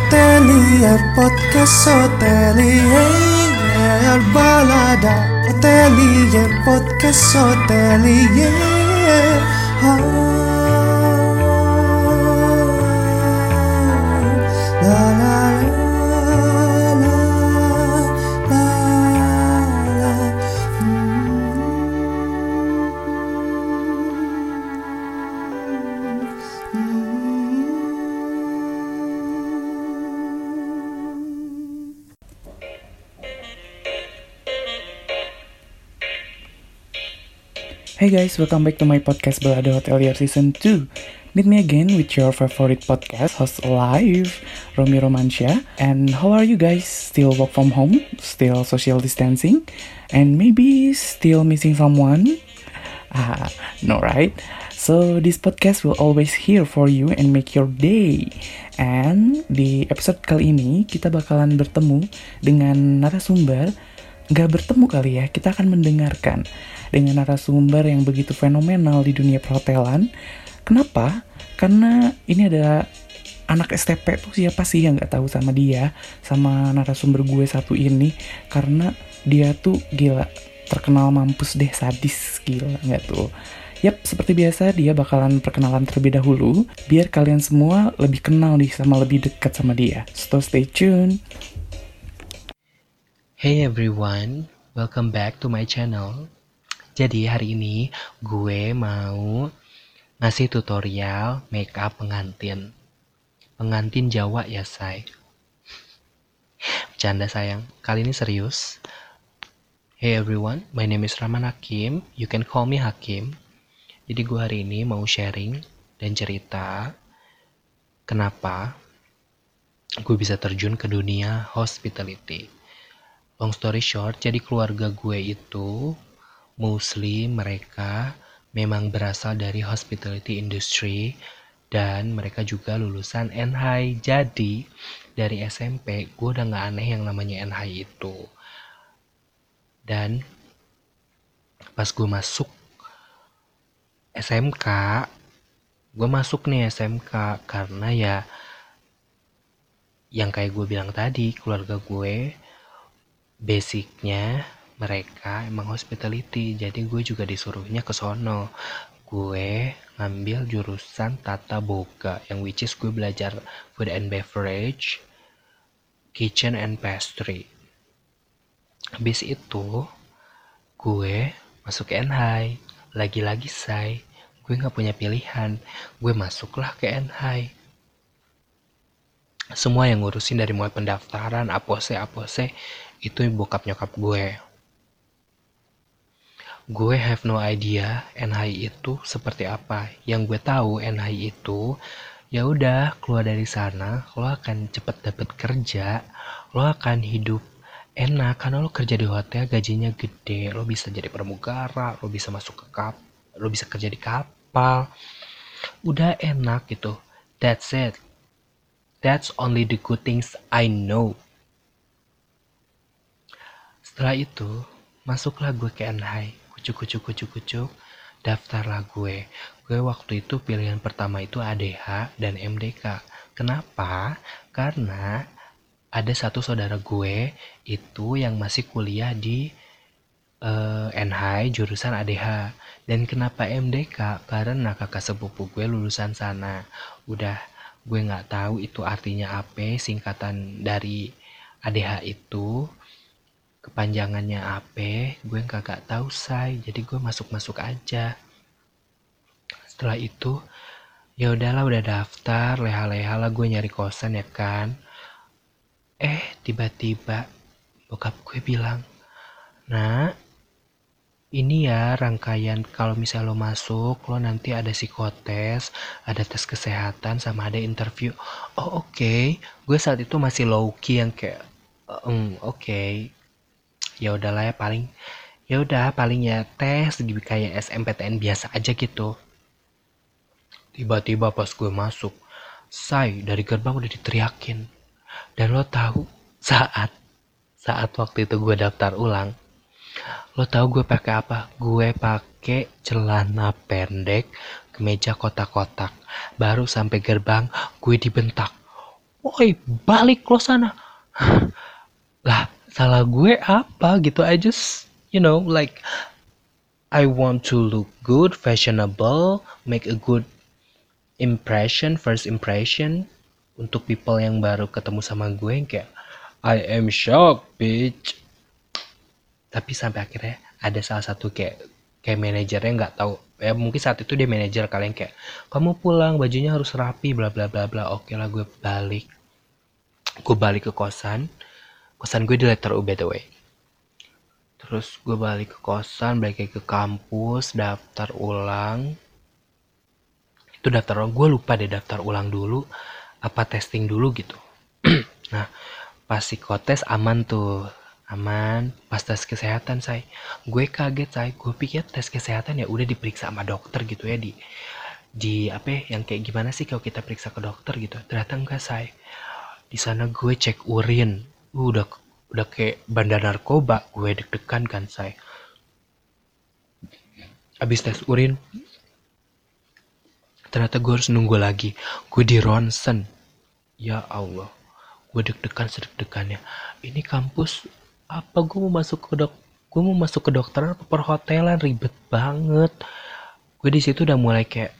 Hotelier podcast hotelier balada. Hotelier podcast hotelier. La la la la la la. Hey guys, welcome back to my podcast Balada Hotelier Season 2. Meet me again with your favorite podcast host live, Romi Romansyah. And how are you guys? Still work from home? Still social distancing? And maybe still missing someone? No right? So this podcast will always here for you and make your day. And di episode kali ini kita bakalan bertemu dengan narasumber. Nggak bertemu kali ya, kita akan mendengarkan dengan narasumber yang begitu fenomenal di dunia perhotelan. Kenapa? Karena ini ada anak STP tuh siapa sih yang nggak tahu sama dia, sama narasumber gue satu ini. Karena dia tuh gila, terkenal mampus deh, sadis, gila nggak tuh? Yap, seperti biasa dia bakalan perkenalan terlebih dahulu, biar kalian semua lebih kenal nih sama lebih dekat sama dia. So stay tuned. Hey everyone, welcome back to my channel. Jadi hari ini gue mau ngasih tutorial makeup pengantin. Pengantin Jawa ya say. Bercanda sayang, kali ini serius. Hey everyone, my name is Rahman Hakim. You can call me Hakim. Jadi gue hari ini mau sharing dan cerita kenapa gue bisa terjun ke dunia hospitality. Long story short, jadi keluarga gue itu Muslim, mereka memang berasal dari hospitality industry dan mereka juga lulusan NHI. Jadi dari SMP gue udah gak aneh yang namanya NHI itu. Dan pas gue masuk SMK, gue masuk nih SMK karena ya yang kayak gue bilang tadi, keluarga gue basicnya mereka emang hospitality, jadi gue juga disuruhnya ke sono. Gue ngambil jurusan tata boga, yang which is gue belajar food and beverage, kitchen and pastry. Habis itu gue masuk ke NHI. Lagi-lagi say, gue gak punya pilihan, gue masuklah ke NHI. Semua yang ngurusin dari mulai pendaftaran, apose itu bokap nyokap gue. Gue have no idea NHI itu seperti apa. Yang gue tahu NHI itu ya udah keluar dari sana, lo akan cepet dapet kerja, lo akan hidup enak karena lo kerja di hotel, gajinya gede, lo bisa jadi pramugara, lo bisa masuk ke lo bisa kerja di kapal, udah enak gitu. That's it. That's only the good things I know. Setelah itu, masuklah gue ke NHI. Kucuk, daftarlah gue. Gue waktu itu pilihan pertama itu ADH dan MDK. Kenapa? Karena ada satu saudara gue itu yang masih kuliah di NHI jurusan ADH. Dan kenapa MDK? Karena kakak sepupu gue lulusan sana. Udah, gue gak tahu itu artinya apa, singkatan dari ADH itu kepanjangannya apa, gue kagak tahu say. Jadi gue masuk aja. Setelah itu ya udahlah, udah daftar, leha-leha lah gue nyari kosan ya kan. Tiba-tiba bokap gue bilang, "Nah, ini ya rangkaian kalau misalnya lo masuk, lo nanti ada psikotes, ada tes kesehatan, sama ada interview." Oh oke. Gue saat itu masih low key yang kayak oke. Ya udahlah ya, paling ya tes gitu kayak SMPTN biasa aja gitu. Tiba-tiba pas gue masuk, say, dari gerbang udah diteriakin. Dan lo tahu saat waktu itu gue daftar ulang, lo tahu gue pakai apa? Gue pakai celana pendek, kemeja kotak-kotak. Baru sampai gerbang gue dibentak, woi balik lo sana. Lah salah gue apa gitu, I just like I want to look good, fashionable, make a good first impression untuk people yang baru ketemu sama gue, kayak I am shocked bitch. Tapi sampai akhirnya ada salah satu kayak manajernya, nggak tahu ya, mungkin saat itu dia manajer kalian, kayak kamu pulang bajunya harus rapi bla bla bla bla. Oke lah, gue balik ke kosan gue di letter U by the way. Terus gue balik ke kosan, balik ke kampus, daftar ulang. Itu daftar ulang, gue lupa deh daftar ulang dulu apa testing dulu gitu. Nah pas psikotes aman tuh, aman. Pas tes kesehatan gue kaget gue pikir tes kesehatan ya udah diperiksa sama dokter gitu ya, di apa ya, yang kayak gimana sih kalau kita periksa ke dokter gitu. Ternyata enggak di sana gue cek urin, udah kayak bandar narkoba, gue deg-degan kan abis tes urin ternyata gue harus nunggu lagi, gue di ronsen. Ya Allah, gue deg-degan sedeg-degannya. Ini kampus apa, gue mau masuk ke dokteran apa perhotelan, ribet banget. Gue di situ udah mulai kayak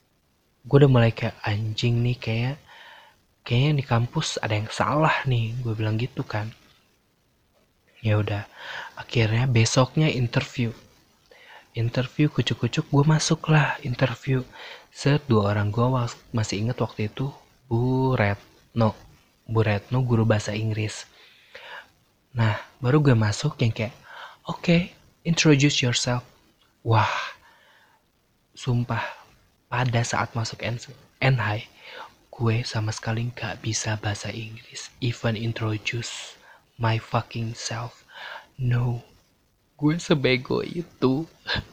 anjing nih, kayaknya di kampus ada yang salah nih, gue bilang gitu kan. Ya udah, akhirnya besoknya interview kucuk-kucuk gue masuk lah interview. Dua orang gue masih inget waktu itu, Bu Retno guru bahasa Inggris. Nah baru gue masuk yang kayak oke, introduce yourself. Wah sumpah, pada saat masuk NHI gue sama sekali gak bisa bahasa Inggris, even introduce my fucking self. No, gue sebego itu.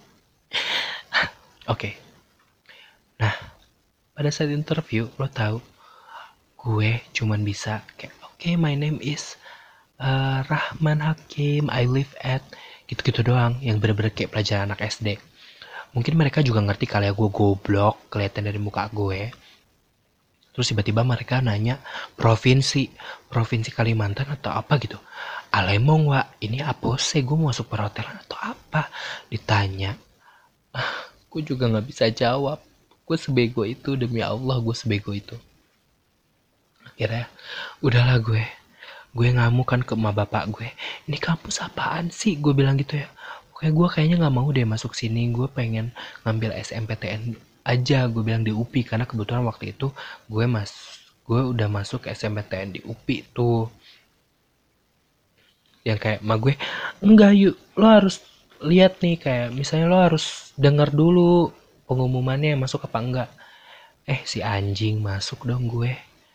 Oke. Nah, pada saat interview lo tahu, gue cuman bisa kayak oke, my name is Rahman Hakim, I live at gitu-gitu doang, yang bener-bener kayak pelajaran anak SD. Mungkin mereka juga ngerti kali ya gue goblok, kelihatan dari muka gue. Terus tiba-tiba mereka nanya provinsi Kalimantan atau apa gitu. Alemong wa, ini apa sih, gue mau masuk perhotelan atau apa? Ditanya, gue juga nggak bisa jawab. Gue sebego itu, demi Allah gue sebego itu. Akhirnya udahlah, gue ngamuk kan ke emak bapak gue, ini kampus apaan sih, gue bilang gitu ya. Gue kayaknya nggak mau deh masuk sini, gue pengen ngambil SMPTN aja, gue bilang di UPI, karena kebetulan waktu itu gue udah masuk SMPTN di UPI tuh. Yang kayak emak gue, enggak yuk, lo harus lihat nih, kayak misalnya lo harus denger dulu pengumumannya masuk apa enggak. Si anjing masuk dong gue.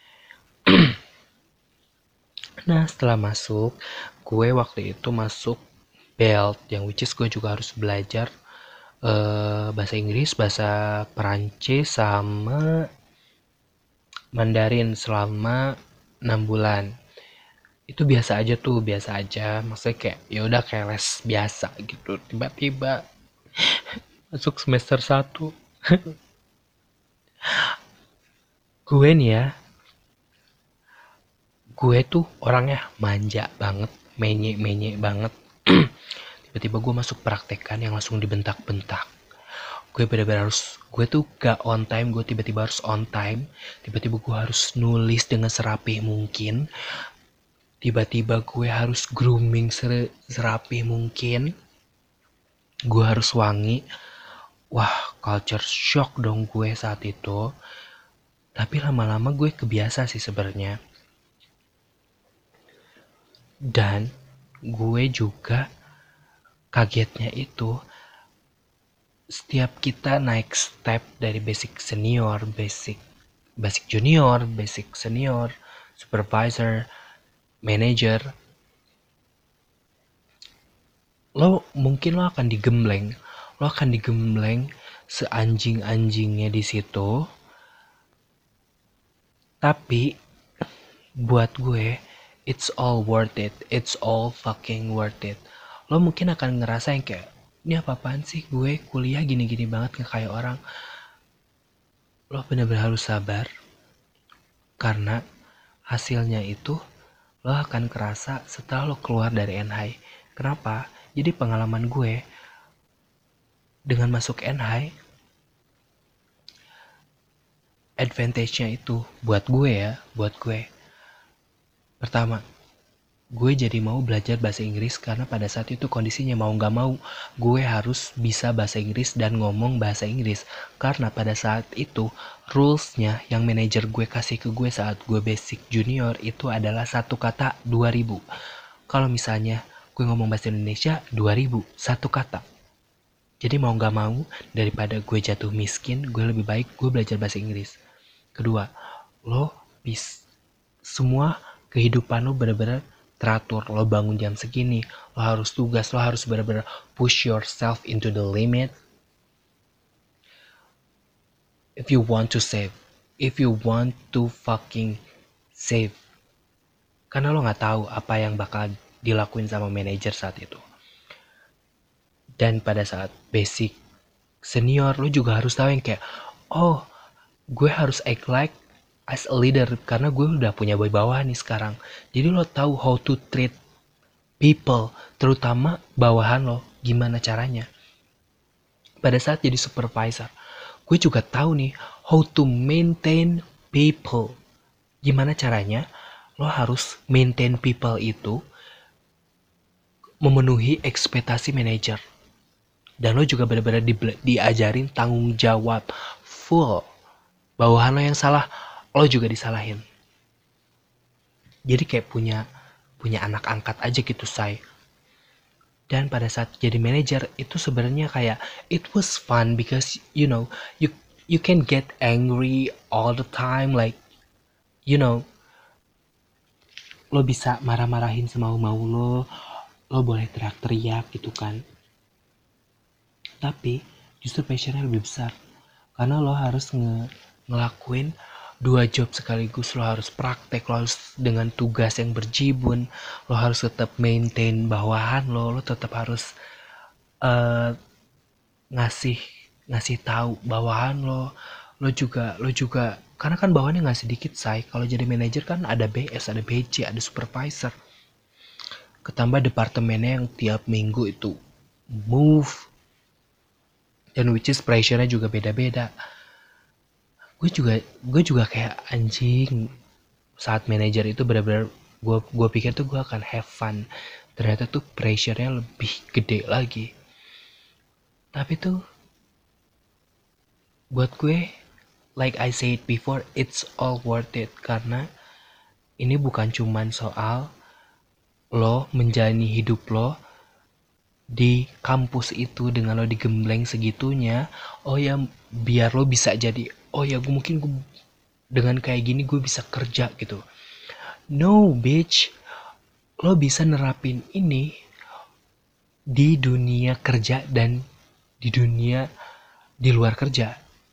Nah setelah masuk, gue waktu itu masuk belt, yang which is gue juga harus belajar bahasa Inggris, bahasa Perancis, sama Mandarin selama 6 bulan. Itu biasa aja, maksudnya kayak ya udah kayak les biasa gitu. Tiba-tiba masuk semester 1 gue nih ya, gue tuh orangnya manja banget, menye banget. Tiba-tiba gue masuk praktekan yang langsung dibentak-bentak. Gue tuh gak on time, gue tiba-tiba harus on time. Tiba-tiba gue harus nulis dengan serapih mungkin. Tiba-tiba gue harus grooming serapih mungkin. Gue harus wangi. Wah, culture shock dong gue saat itu. Tapi lama-lama gue kebiasa sih sebenarnya. Dan gue juga kagetnya itu, setiap kita naik step dari basic senior, basic junior, basic senior, supervisor, manager, lo akan digembleng seanjing-anjingnya di situ. Tapi buat gue, it's all worth it. It's all fucking worth it. Lo mungkin akan ngerasa yang kayak, ini apa-apaan sih, gue kuliah gini-gini banget gak kayak orang. Lo bener-bener harus sabar. Karena hasilnya itu lo akan kerasa setelah lo keluar dari NHI. Kenapa? Jadi pengalaman gue dengan masuk NHI, advantage-nya itu buat gue. Pertama, gue jadi mau belajar bahasa Inggris karena pada saat itu kondisinya mau gak mau gue harus bisa bahasa Inggris dan ngomong bahasa Inggris. Karena pada saat itu rules-nya yang manajer gue kasih ke gue saat gue basic junior itu adalah satu kata 2000. Kalau misalnya gue ngomong bahasa Indonesia 2000 satu kata. Jadi mau gak mau daripada gue jatuh miskin, gue lebih baik gue belajar bahasa Inggris. Kedua, semua kehidupan lo bener-bener teratur. Lo bangun jam segini, lo harus tugas, lo harus bener-bener push yourself into the limit. If you want to save, if you want to fucking save, karena lo gak tahu apa yang bakal dilakuin sama manajer saat itu. Dan pada saat basic senior, lo juga harus tahu yang kayak, oh, gue harus act like as a leader karena gue udah punya bawahan nih sekarang. Jadi lo tahu how to treat people, terutama bawahan lo, gimana caranya. Pada saat jadi supervisor, gue juga tahu nih how to maintain people. Gimana caranya lo harus maintain people itu memenuhi ekspektasi manajer. Dan lo juga benar-benar diajarin tanggung jawab full. Bawahan lo yang salah, lo juga disalahin. Jadi kayak punya anak angkat aja gitu, say. Dan pada saat jadi manajer itu sebenarnya kayak it was fun because you know you can get angry all the time, like lo bisa marah-marahin semau-mau lo boleh teriak-teriak gitu kan. Tapi justru passionnya lebih besar karena lo harus ngelakuin 2 job sekaligus. Lo harus praktek, lo harus dengan tugas yang berjibun, lo harus tetap maintain bawahan lo tetap harus ngasih tahu bawahan lo juga karena kan bawahannya nggak sedikit, say. Kalau jadi manajer kan ada BS, ada BC, ada supervisor, ketambah departemennya yang tiap minggu itu move, dan which is pressure-nya juga beda-beda. Gue juga kayak anjing saat manajer itu benar-benar gue pikir tuh gue akan have fun, ternyata tuh pressure-nya lebih gede lagi. Tapi tuh buat gue, like I said before, it's all worth it karena ini bukan cuman soal lo menjalani hidup lo di kampus itu dengan lo digembleng segitunya, oh ya biar lo bisa jadi, oh ya gue dengan kayak gini gue bisa kerja gitu. No bitch, lo bisa nerapin ini di dunia kerja dan di dunia di luar kerja.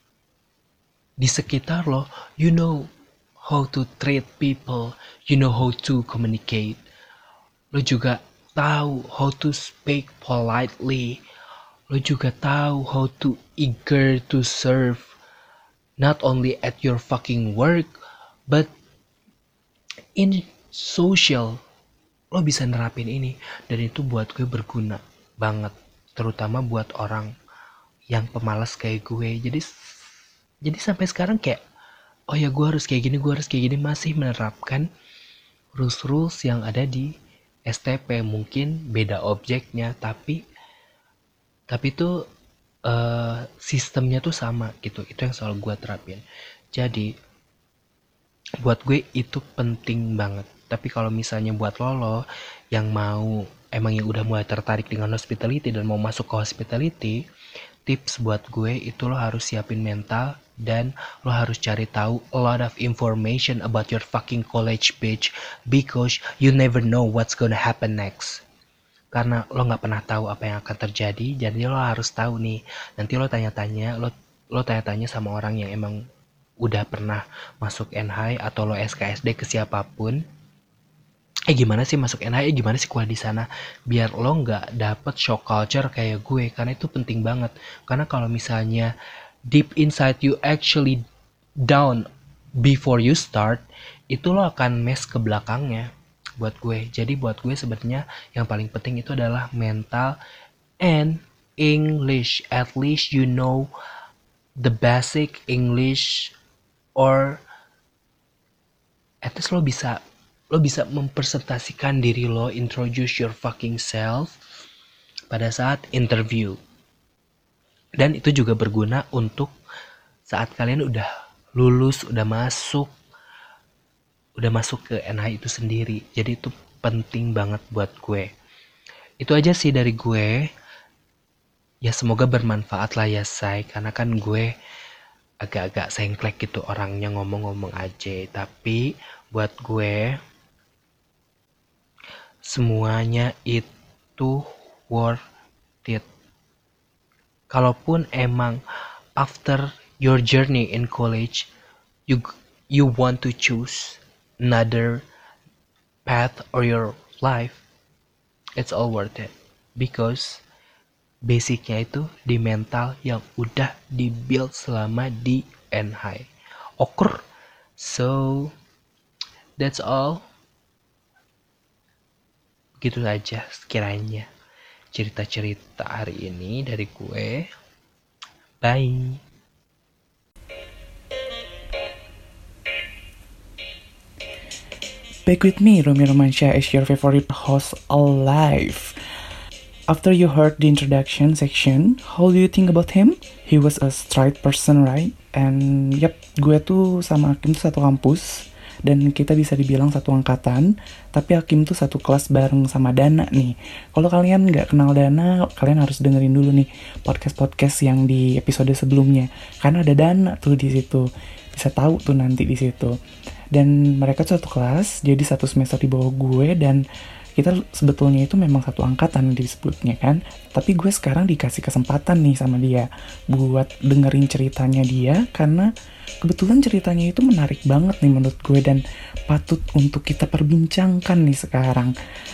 Di sekitar lo, you know how to treat people, you know how to communicate. Lo juga tahu how to speak politely. Lo juga tahu how to eager to serve, not only at your fucking work, but in social. Lo bisa nerapin ini, dan itu buat gue berguna banget, terutama buat orang yang pemalas kayak gue. Jadi sampai sekarang kayak, oh ya gue harus kayak gini, masih menerapkan rules yang ada di STP. Mungkin beda objeknya, tapi itu sistemnya tuh sama gitu. Itu yang selalu gue terapin. Jadi buat gue itu penting banget. Tapi kalau misalnya buat lo yang mau emang yang udah mulai tertarik dengan hospitality dan mau masuk ke hospitality, tips buat gue itu lo harus siapin mental dan lo harus cari tahu a lot of information about your fucking college, bitch, because you never know what's gonna happen next. Karena lo nggak pernah tahu apa yang akan terjadi, jadi lo harus tahu nih. Nanti lo tanya-tanya sama orang yang emang udah pernah masuk NHI atau lo SKSD ke siapapun. Gimana sih masuk NHI, gimana sih kuliah di sana, biar lo nggak dapet shock culture kayak gue, karena itu penting banget. Karena kalau misalnya deep inside you actually down before you start, itu lo akan mess ke belakangnya buat gue. Jadi buat gue sebenarnya yang paling penting itu adalah mental and English. At least you know the basic English, or at least lo bisa mempresentasikan diri lo, introduce your fucking self pada saat interview. Dan itu juga berguna untuk saat kalian udah lulus, udah masuk ke NH itu sendiri. Jadi itu penting banget buat gue. Itu aja sih dari gue. Ya semoga bermanfaat lah ya say, karena kan gue agak-agak sengklek gitu orangnya, ngomong-ngomong aja. Tapi buat gue semuanya itu worth it. Kalaupun emang after your journey in college you want to choose another path or your life, it's all worth it, because basicnya itu di mental yang udah di-build selama di NH. Oker. So that's all. Begitu saja sekiranya cerita-cerita hari ini dari gue. Bye. Back with me, Romi Romansyah, is your favorite host alive. After you heard the introduction section, how do you think about him? He was a straight person, right? And yep, gue tuh sama Hakim tuh satu kampus, dan kita bisa dibilang satu angkatan, tapi Hakim tuh satu kelas bareng sama Dana nih. Kalau kalian nggak kenal Dana, kalian harus dengerin dulu nih podcast-podcast yang di episode sebelumnya, karena ada Dana tuh di situ, bisa tahu tuh nanti di situ. Dan mereka tuh satu kelas, jadi satu semester di bawah gue, dan kita sebetulnya itu memang satu angkatan disebutnya kan. Tapi gue sekarang dikasih kesempatan nih sama dia buat dengerin ceritanya dia, karena kebetulan ceritanya itu menarik banget nih menurut gue, dan patut untuk kita perbincangkan nih sekarang.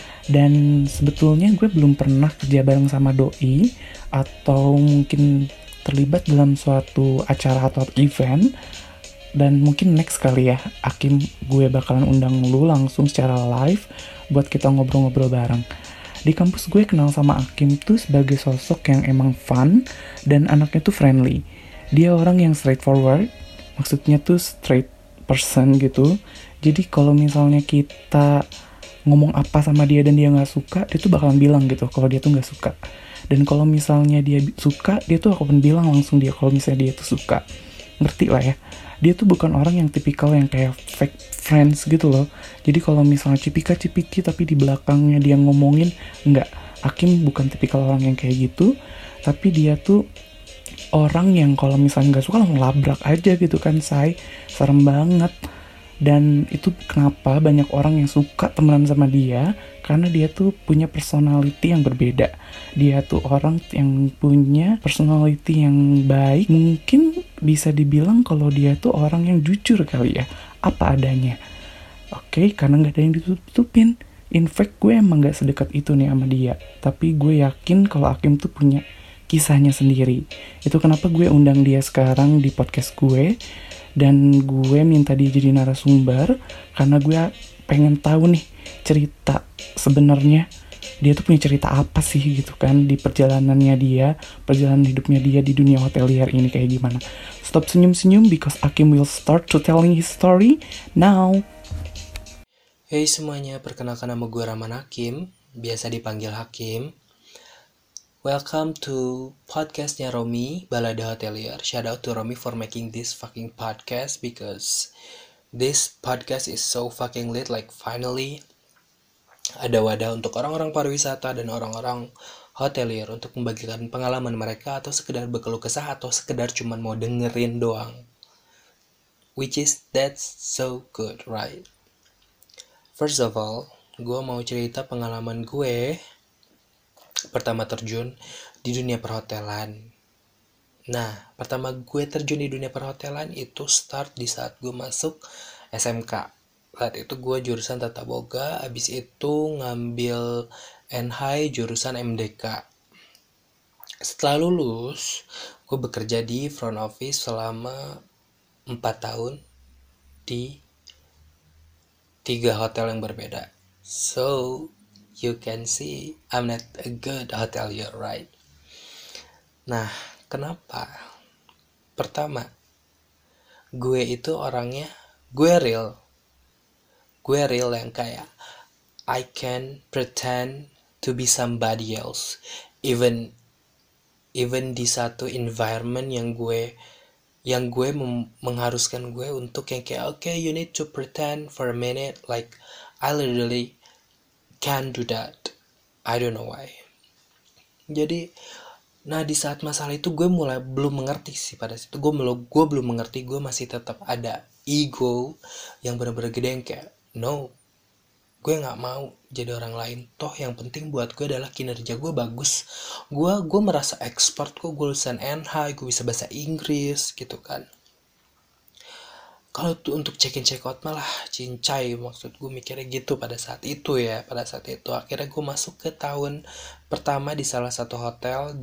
Dan sebetulnya gue belum pernah kerja bareng sama doi, atau mungkin terlibat dalam suatu acara atau event. Dan mungkin next kali ya, Hakim, gue bakalan undang lu langsung secara live buat kita ngobrol-ngobrol bareng. Di kampus gue kenal sama Hakim tuh sebagai sosok yang emang fun dan anaknya tuh friendly. Dia orang yang straightforward, maksudnya tuh straight person gitu. Jadi kalau misalnya kita ngomong apa sama dia dan dia gak suka, dia tuh bakalan bilang gitu kalau dia tuh gak suka. Dan kalau misalnya dia suka, dia tuh akan bilang langsung dia kalau misalnya dia tuh suka. Ngerti lah ya. Dia tuh bukan orang yang tipikal yang kayak fake friends gitu loh. Jadi kalau misalnya cipika-cipiki tapi di belakangnya dia ngomongin, enggak. Hakim bukan tipikal orang yang kayak gitu. Tapi dia tuh orang yang kalau misalnya gak suka langsung labrak aja gitu kan, say. Serem banget. Dan itu kenapa banyak orang yang suka temenan sama dia, karena dia tuh punya personality yang berbeda. Dia tuh orang yang punya personality yang baik. Mungkin bisa dibilang kalau dia tuh orang yang jujur kali ya, apa adanya. Oke, karena gak ada yang ditutup-tutupin. In fact, gue emang gak sedekat itu nih sama dia. Tapi gue yakin kalau Hakim tuh punya kisahnya sendiri. Itu kenapa gue undang dia sekarang di podcast gue. Dan gue minta dia jadi narasumber karena gue pengen tahu nih cerita sebenarnya dia tuh punya cerita apa sih gitu kan di perjalanannya dia, perjalanan hidupnya dia di dunia hotelier ini kayak gimana. Stop senyum-senyum because Hakim will start to telling his story now. Hey semuanya, perkenalkan nama gue Rahman Hakim, biasa dipanggil Hakim. Welcome to podcastnya Romi, Balada Hotelier. Shout out to Romi for making this fucking podcast, because this podcast is so fucking lit. Like finally ada wadah untuk orang-orang pariwisata dan orang-orang hotelier untuk membagikan pengalaman mereka, atau sekedar berkeluh kesah, atau sekedar cuman mau dengerin doang. Which is that's so good, right? First of all, gue mau cerita pengalaman gue pertama terjun di dunia perhotelan. Nah, pertama gue terjun di dunia perhotelan itu start di saat gue masuk SMK. Saat itu gue jurusan Tata Boga, abis itu ngambil NH jurusan MDK. Setelah lulus, gue bekerja di front office selama 4 tahun. di 3 hotel yang berbeda. So you can see I'm not a good hotelier, right? Nah, kenapa? Pertama, gue itu orangnya, gue real yang kayak I can pretend to be somebody else, even di satu environment yang gue mengharuskan gue untuk yang kayak okay, you need to pretend for a minute, like I literally can't do that. I don't know why. Jadi, nah di saat masalah itu gue mulai belum mengerti sih pada situ. Gue belum mengerti, gue masih tetap ada ego yang benar-benar gede yang kayak no, gue nggak mau jadi orang lain. Toh yang penting buat gue adalah kinerja gue bagus. Gue merasa expert kok, gue lulusan NH, gue bisa bahasa Inggris gitu kan. Kalau tuh untuk check in check out malah cincai, maksud gue mikirnya gitu pada saat itu ya. Pada saat itu akhirnya gue masuk ke tahun pertama di salah satu hotel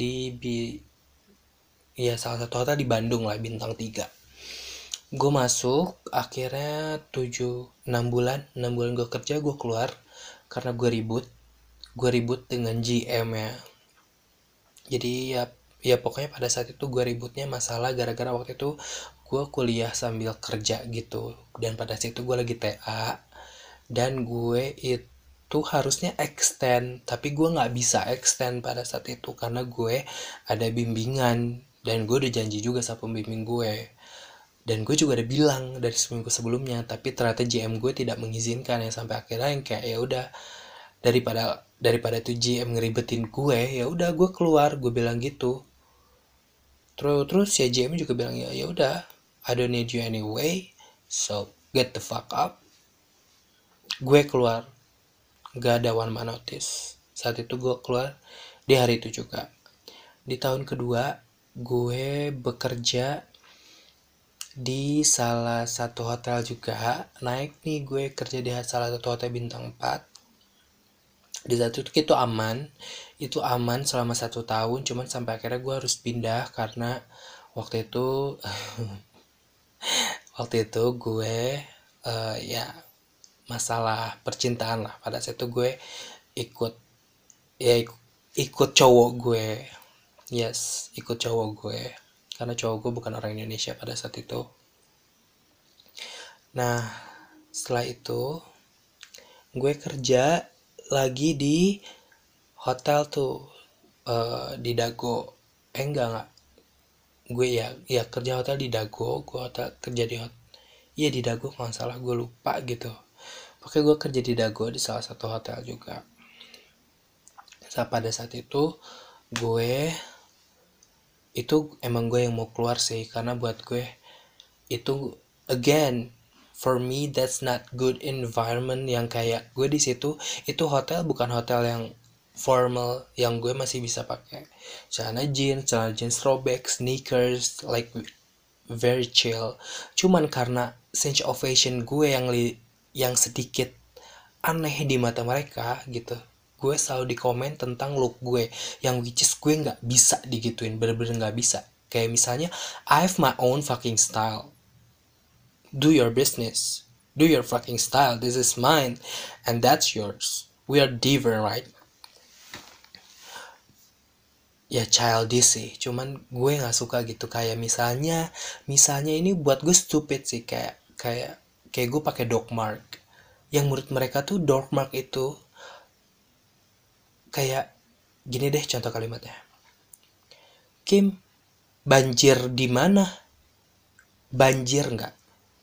salah satu hotel di Bandung lah, bintang 3. Gue masuk akhirnya 6 bulan gue kerja, gue keluar karena gue ribut dengan GM ya. Jadi ya pokoknya pada saat itu gue ributnya masalah gara-gara waktu itu gue kuliah sambil kerja gitu, dan pada saat itu gue lagi TA dan gue itu harusnya extend, tapi gue nggak bisa extend pada saat itu karena gue ada bimbingan dan gue udah janji juga sama pembimbing gue, dan gue juga udah bilang dari seminggu sebelumnya, tapi ternyata GM gue tidak mengizinkan ya, sampai akhirnya yang kayak ya udah daripada tuh GM ngeribetin gue, ya udah gue keluar, gue bilang gitu. Terus ya GM juga bilang ya udah, I don't need you anyway, so get the fuck up. Gue keluar, gak ada one man notice. Saat itu gue keluar di hari itu juga. Di tahun kedua gue bekerja di salah satu hotel juga. Naik nih gue kerja di salah satu hotel bintang 4. Di saat itu aman selama 1 tahun, cuman sampai akhirnya gue harus pindah karena waktu itu gue masalah percintaan lah. Pada saat itu gue ikut cowok gue, ikut cowok gue karena cowok gue bukan orang Indonesia pada saat itu. Nah setelah itu gue kerja lagi di hotel tuh di Dago. Gue ya kerja hotel di Dago. Gue kerja di Dago kalau nggak salah, gue lupa gitu. Pokoknya gue kerja di Dago di salah satu hotel juga. Pada saat itu emang gue yang mau keluar sih, karena buat gue itu again, for me that's not good environment. Yang kayak gue di situ itu hotel bukan hotel yang formal yang gue masih bisa pakai celana jeans throwback, sneakers, like very chill. Cuman karena sense of fashion gue yang sedikit aneh di mata mereka gitu, gue selalu dikomen tentang look gue yang which is gue nggak bisa digituin, bener-bener nggak bisa. Kayak misalnya I have my own fucking style. Do your business. Do your fucking style. This is mine and that's yours. We are different, right? Ya childish sih, cuman gue nggak suka gitu. Kayak misalnya ini buat gue stupid sih, kayak gue pakai dog mark yang menurut mereka tuh dog mark itu kayak gini deh contoh kalimatnya. Kim, banjir di mana? Banjir nggak?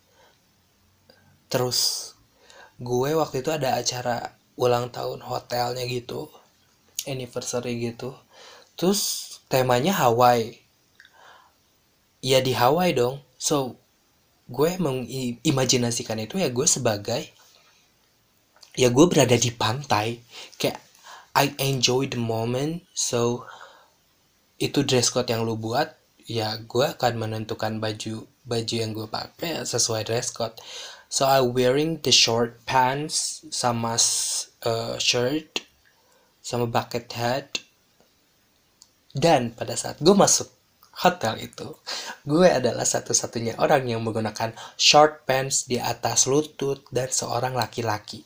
Terus gue waktu itu ada acara ulang tahun hotelnya gitu, anniversary gitu. Terus temanya Hawaii. Ya di Hawaii dong. So gue mengimajinasikan itu ya gue berada di pantai. Kayak I enjoy the moment. So itu dress code yang lu buat, ya gue akan menentukan baju yang gue pakai sesuai dress code. So I wearing the short pants sama shirt sama bucket hat. Dan pada saat gue masuk hotel itu, gue adalah satu-satunya orang yang menggunakan short pants di atas lutut dan seorang laki-laki.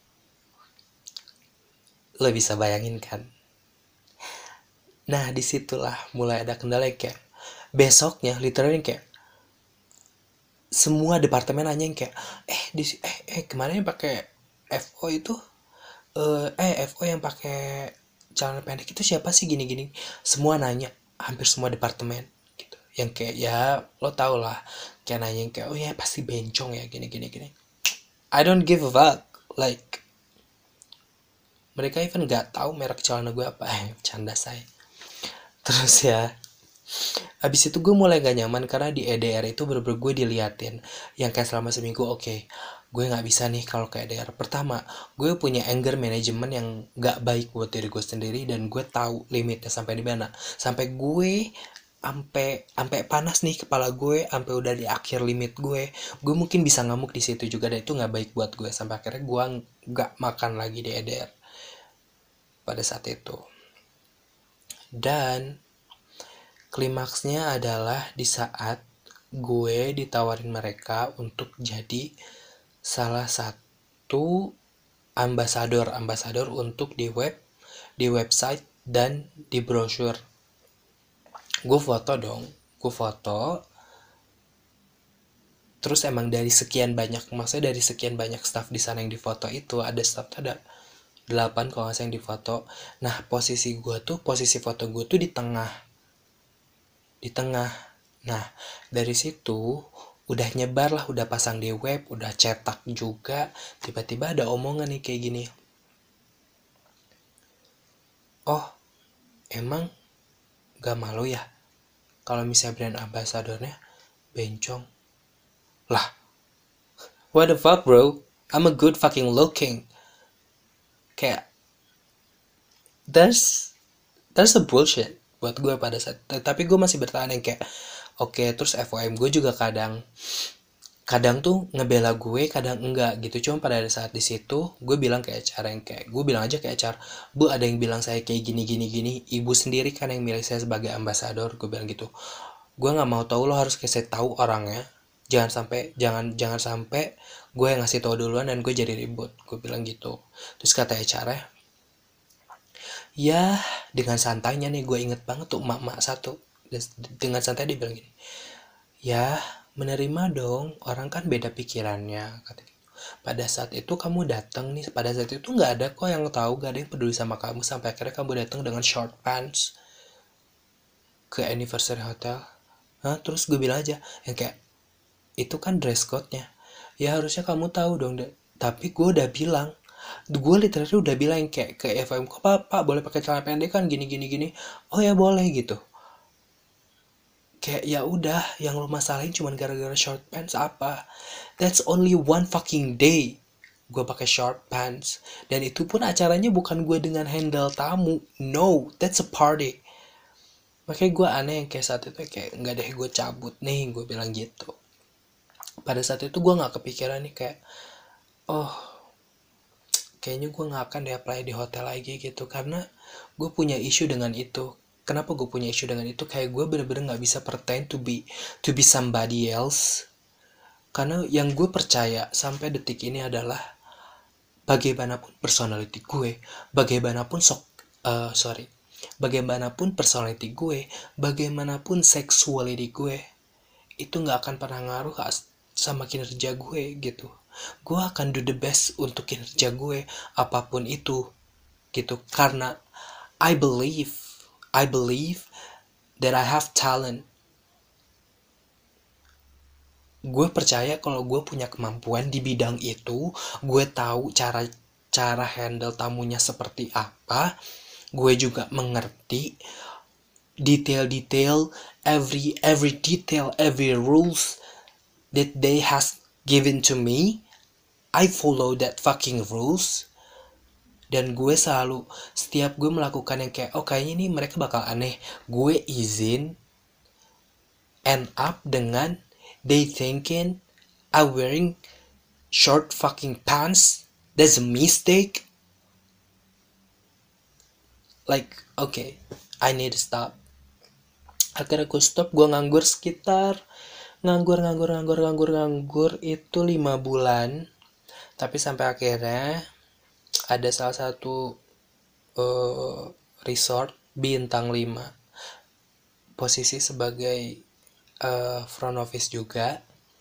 Lo bisa bayangin kan? Nah, disitulah mulai ada kendala yang kayak besoknya literally kayak semua departemen nanya yang kayak kemarin yang pakai FO itu FO yang pakai celana pendek itu siapa sih gini-gini, semua nanya, hampir semua departemen gitu, yang kayak ya lo tau lah, kayak nanya yang kayak oh ya pasti bencong ya gini-gini gini. I don't give a fuck, like mereka even gak tahu merek celana gue apa. Bercanda saya. Terus ya abis itu gue mulai gak nyaman karena di EDR itu bener-bener gue diliatin yang kayak selama seminggu. Oke, gue gak bisa nih kalau ke EDR. Pertama, gue punya anger management yang gak baik buat diri gue sendiri dan gue tahu limitnya sampai di mana. Sampai gue sampai panas nih kepala gue, sampai udah di akhir limit gue mungkin bisa ngamuk di situ juga, dan itu nggak baik buat gue. Sampai akhirnya gue nggak makan lagi di EDR pada saat itu. Dan klimaksnya adalah di saat gue ditawarin mereka untuk jadi salah satu ambasador untuk di website dan di brosur. Gue foto. Terus emang dari sekian banyak staff di sana yang difoto itu, ada staff ada 8 kalau nggak salah yang difoto. Nah, posisi foto gue tuh di tengah. Nah, dari situ udah nyebar lah, udah pasang di web, udah cetak juga. Tiba-tiba ada omongan nih kayak gini. Oh, emang gak malu ya kalau misalnya brand ambasadornya bencong? Lah, what the fuck bro? I'm a good fucking looking. Kayak there's a bullshit buat gue pada saat. Tapi gue masih bertahan yang kayak oke. Terus FOM gue juga kadang tuh ngebela gue, kadang enggak gitu. Cuma pada saat di situ gue bilang ke HR yang kayak, gue bilang aja ke HR, Bu ada yang bilang saya kayak gini, ibu sendiri kan yang milih saya sebagai ambasador, gue bilang gitu. Gue nggak mau tahu, lo harus kasih tahu orangnya. Jangan sampai gue yang ngasih tahu duluan dan gue jadi ribut, gue bilang gitu. Terus kata HR-nya, ya dengan santainya nih, gue inget banget tuh emak-emak satu, dengan santai dia bilang gini, ya menerima dong, orang kan beda pikirannya, kata gitu. Pada saat itu kamu datang nih, pada saat itu nggak ada kok yang tahu, gak ada yang peduli sama kamu, sampai akhirnya kamu datang dengan short pants ke anniversary hotel. Terus gue bilang aja yang kayak itu kan dress code-nya, ya harusnya kamu tahu dong. Tapi gue udah bilang, gue literally udah bilang yang kayak ke FOM, kok pak boleh pakai celana pendek kan gini. Oh ya boleh gitu. Kayak ya udah, yang lo masalahin cuma gara-gara short pants apa? That's only one fucking day gue pakai short pants, dan itu pun acaranya bukan gue dengan handle tamu. No, that's a party. Makanya gue aneh yang kayak saat itu kayak nggak deh, gue cabut nih, gue bilang gitu. Pada saat itu gue nggak kepikiran nih kayak kayaknya gue nggak akan apply di hotel lagi gitu, karena gue punya isu dengan itu. Kenapa gue punya isu dengan itu? Kayak gue bener-bener nggak bisa pretend to be somebody else. Karena yang gue percaya sampai detik ini adalah bagaimanapun personality gue, bagaimanapun personality gue, bagaimanapun sexuality gue, itu nggak akan pernah ngaruh sama kinerja gue gitu. Gue akan do the best untuk kinerja gue, apapun itu gitu. Karena I believe that I have talent. Gue percaya kalau gue punya kemampuan di bidang itu, gue tahu cara handle tamunya seperti apa. Gue juga mengerti detail, every rules that they has given to me. I follow that fucking rules. Dan gue selalu, setiap gue melakukan yang kayak kayaknya nih mereka bakal aneh, gue izin, end up dengan they thinking I wearing short fucking pants. That's a mistake. Like, okay, I need to stop. Akhirnya gue stop, gue nganggur sekitar nganggur itu 5 bulan. Tapi sampai akhirnya ada salah satu resort bintang 5, posisi sebagai front office juga,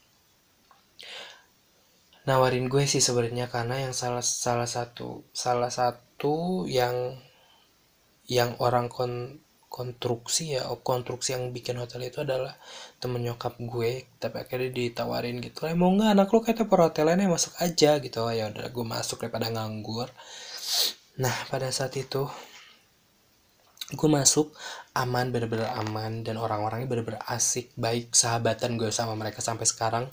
nawarin gue sih sebenarnya, karena yang salah satu yang orang konstruksi yang bikin hotel itu adalah temen nyokap gue. Tapi akhirnya ditawarin gitu, mau nggak anak lu kayak perhotelannya, masuk aja gitu. Ya udah, gue masuk daripada nganggur. Nah pada saat itu gue masuk, aman, bener-bener aman, dan orang-orangnya bener-bener asik, baik, sahabatan gue sama mereka sampai sekarang.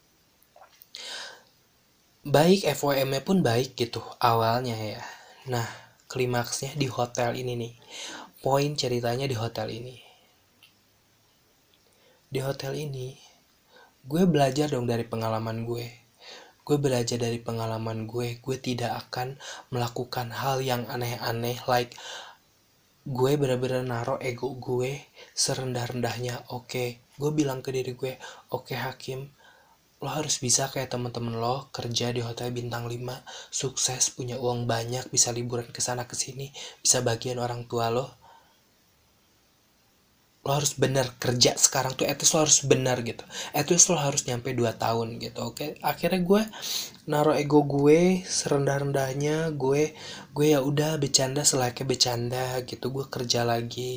Baik, FOM-nya pun baik gitu awalnya ya. Nah, klimaksnya di hotel ini nih. Poin ceritanya di hotel ini. Di hotel ini, gue belajar dong dari pengalaman gue. Gue belajar dari pengalaman gue tidak akan melakukan hal yang aneh-aneh, like gue bener-bener naruh ego gue serendah-rendahnya. Oke, gue bilang ke diri gue, oke Hakim, lo harus bisa kayak teman-teman lo, kerja di hotel bintang 5, sukses, punya uang banyak, bisa liburan ke sana ke sini, bisa bagian orang tua lo. Lo harus bener kerja sekarang tuh, etis lo harus bener gitu. Etis lo harus nyampe 2 tahun gitu. Oke, akhirnya gue naruh ego gue serendah-rendahnya. Gue ya udah bercanda selayaknya bercanda gitu. Gue kerja lagi.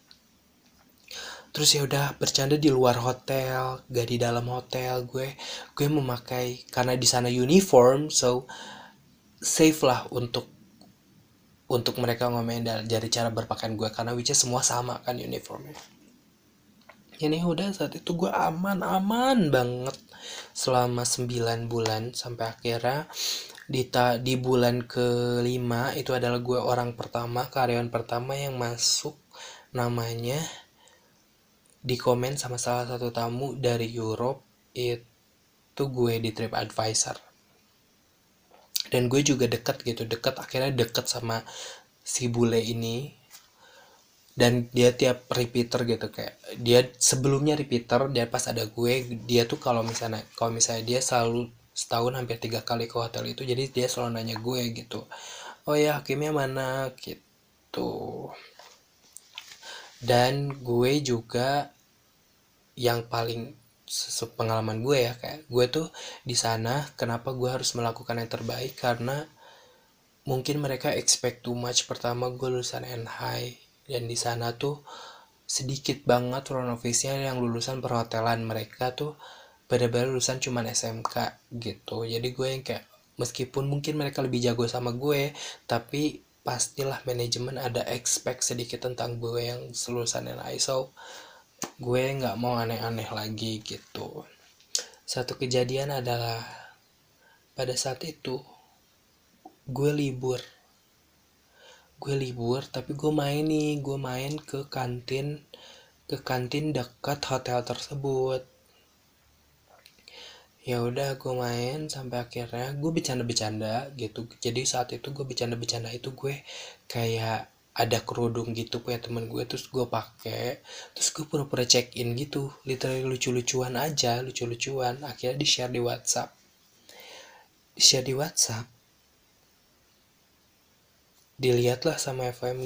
Terus ya udah bercanda di luar hotel, gak di dalam hotel. Gue memakai, karena di sana uniform, so safe lah untuk mereka ngomongin dari cara berpakaian gue, karena which is semua sama kan uniformnya. Ini udah, saat itu gue aman banget selama 9 bulan, sampai akhirnya di bulan kelima itu adalah gue orang pertama, karyawan pertama yang masuk, namanya di komen sama salah satu tamu dari Europe, itu gue di TripAdvisor. Dan gue juga akhirnya deket sama si bule ini. Dan dia tiap repeater gitu, kayak dia sebelumnya repeater, dia pas ada gue, dia tuh kalau misalnya dia selalu setahun hampir 3 kali ke hotel itu, jadi dia selalu nanya gue gitu, oh ya Hakimnya mana gitu. Dan gue juga yang paling pengalaman gue ya, kayak gue tuh di sana kenapa gue harus melakukan yang terbaik, karena mungkin mereka expect too much. Pertama, gue lulusan NHI, dan di sana tuh sedikit banget front office-nya yang lulusan perhotelan. Mereka tuh benar-benar lulusan cuman SMK gitu. Jadi gue yang kayak, meskipun mungkin mereka lebih jago sama gue, tapi pastilah manajemen ada expect sedikit tentang gue yang lulusan NHI. So gue nggak mau aneh-aneh lagi gitu. Satu kejadian adalah pada saat itu gue libur tapi gue main ke kantin dekat hotel tersebut. Ya udah, gue main sampai akhirnya gue bercanda gitu. Jadi saat itu gue bercanda itu, gue kayak ada kerudung gitu punya temen gue, terus gue pakai, terus gue pura-pura check in gitu, literally lucu-lucuan. Akhirnya di share di WhatsApp. Dilihatlah sama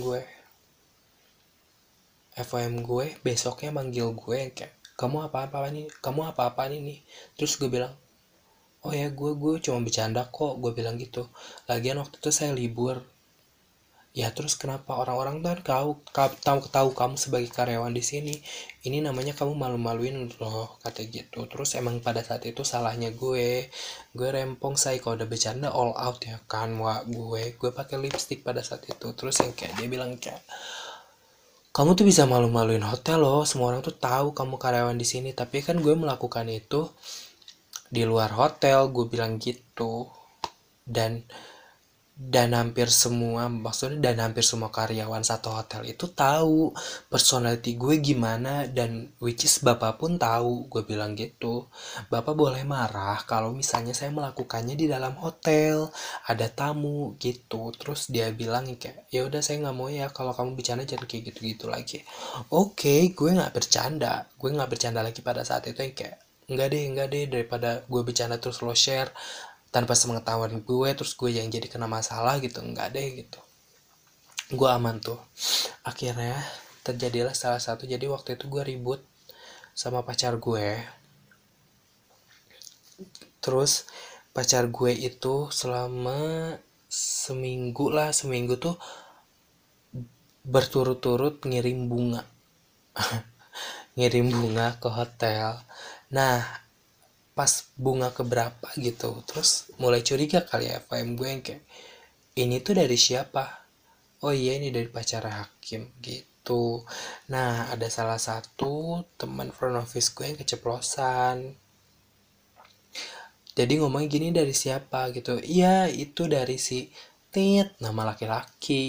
FOM gue besoknya manggil gue kayak, kamu apa-apaan ini. Terus gue bilang, oh ya, gue cuma bercanda kok, gue bilang gitu. Lagian waktu itu saya libur. Ya terus kenapa orang-orang tahu kamu sebagai karyawan di sini, ini namanya kamu malu-maluin loh, kata gitu. Terus emang pada saat itu salahnya gue rempong saya kalau udah bercanda all out ya kan. Gue pakai lipstick pada saat itu. Terus yang kayak dia bilang kayak, kamu tuh bisa malu-maluin hotel loh, semua orang tuh tahu kamu karyawan di sini. Tapi kan gue melakukan itu di luar hotel, gue bilang gitu. Dan dan hampir semua, maksudnya dan hampir semua karyawan satu hotel itu tahu personality gue gimana, dan which is bapak pun tahu. Gue bilang gitu, bapak boleh marah kalau misalnya saya melakukannya di dalam hotel, ada tamu gitu. Terus dia bilang kayak, ya udah saya nggak mau ya kalau kamu bicara jangan kayak gitu-gitu lagi. Oke, gue nggak bercanda lagi pada saat itu, yang kayak enggak deh, daripada gue bercanda terus lo share tanpa sepengetahuan gue, terus gue yang jadi kena masalah gitu, enggak deh gitu. Gue aman tuh. Akhirnya terjadilah salah satu, jadi waktu itu gue ribut sama pacar gue. Terus pacar gue itu selama seminggu tuh berturut-turut ngirim bunga ke hotel. Nah, pas bunga keberapa gitu, terus mulai curiga kali ya FM gue, yang kayak, ini tuh dari siapa? Oh iya, ini dari pacar Hakim gitu. Nah, ada salah satu teman front office gue yang keceplosan, jadi ngomong gini, dari siapa gitu. Iya, itu dari si Tit, nama laki-laki,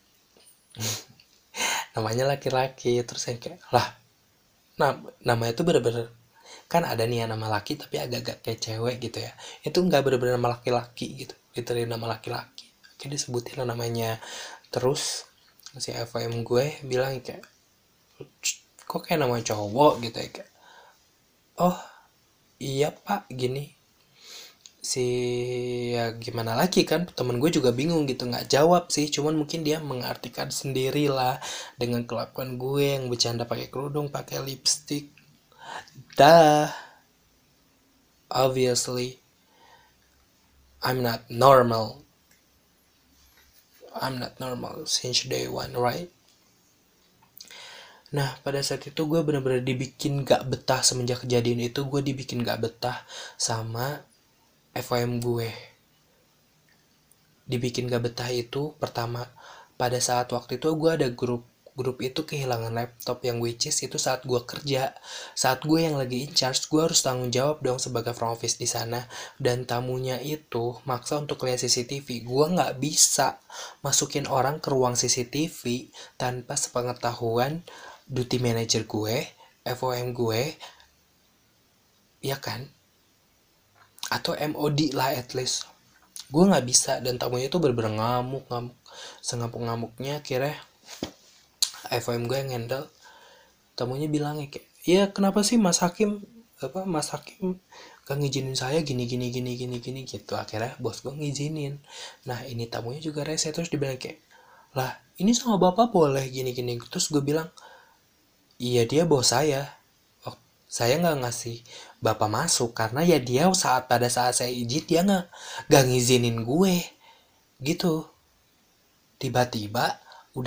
namanya laki-laki. Terus saya kayak, lah, namanya tuh bener-bener, kan ada nih ya nama laki tapi agak-agak kayak cewek gitu ya, itu nggak bener-bener nama laki-laki gitu, literally nama laki-laki. Oke, disebutin lah namanya. Terus si FM gue bilang kayak, kok kayak nama cowok gitu ya, kayak, oh iya pak, gini si, ya gimana lagi kan, temen gue juga bingung gitu, nggak jawab sih, cuman mungkin dia mengartikan sendiri lah dengan kelakuan gue yang bercanda pakai kerudung, pakai lipstick. Dah, obviously I'm not normal. I'm not normal since day one, right? Nah, pada saat itu gue benar-benar dibikin gak betah. Semenjak kejadian itu gue dibikin gak betah sama FOM gue. Dibikin gak betah itu pertama, pada saat waktu itu gue ada grup itu kehilangan laptop, yang which is itu saat gue kerja, saat gue yang lagi in charge, gue harus tanggung jawab dong sebagai front office di sana. Dan tamunya itu maksa untuk lihat CCTV, gue nggak bisa masukin orang ke ruang CCTV tanpa sepengetahuan duty manager gue, FOM gue, ya kan, atau MOD lah at least. Gue nggak bisa, dan tamunya itu bener-bener ngamuk sengamuk-ngamuknya. Akhirnya FOM gue yang handle, tamunya bilangnya kayak, ya kenapa sih Mas Hakim gak ngizinin saya gini gitu. Akhirnya bos gue ngizinin. Nah, ini tamunya juga rese, terus dibilang kayak, lah ini sama bapak boleh gini. Terus gue bilang, iya dia bos saya, saya nggak ngasih bapak masuk karena ya dia pada saat saya izin dia nggak ngizinin gue gitu. Tiba-tiba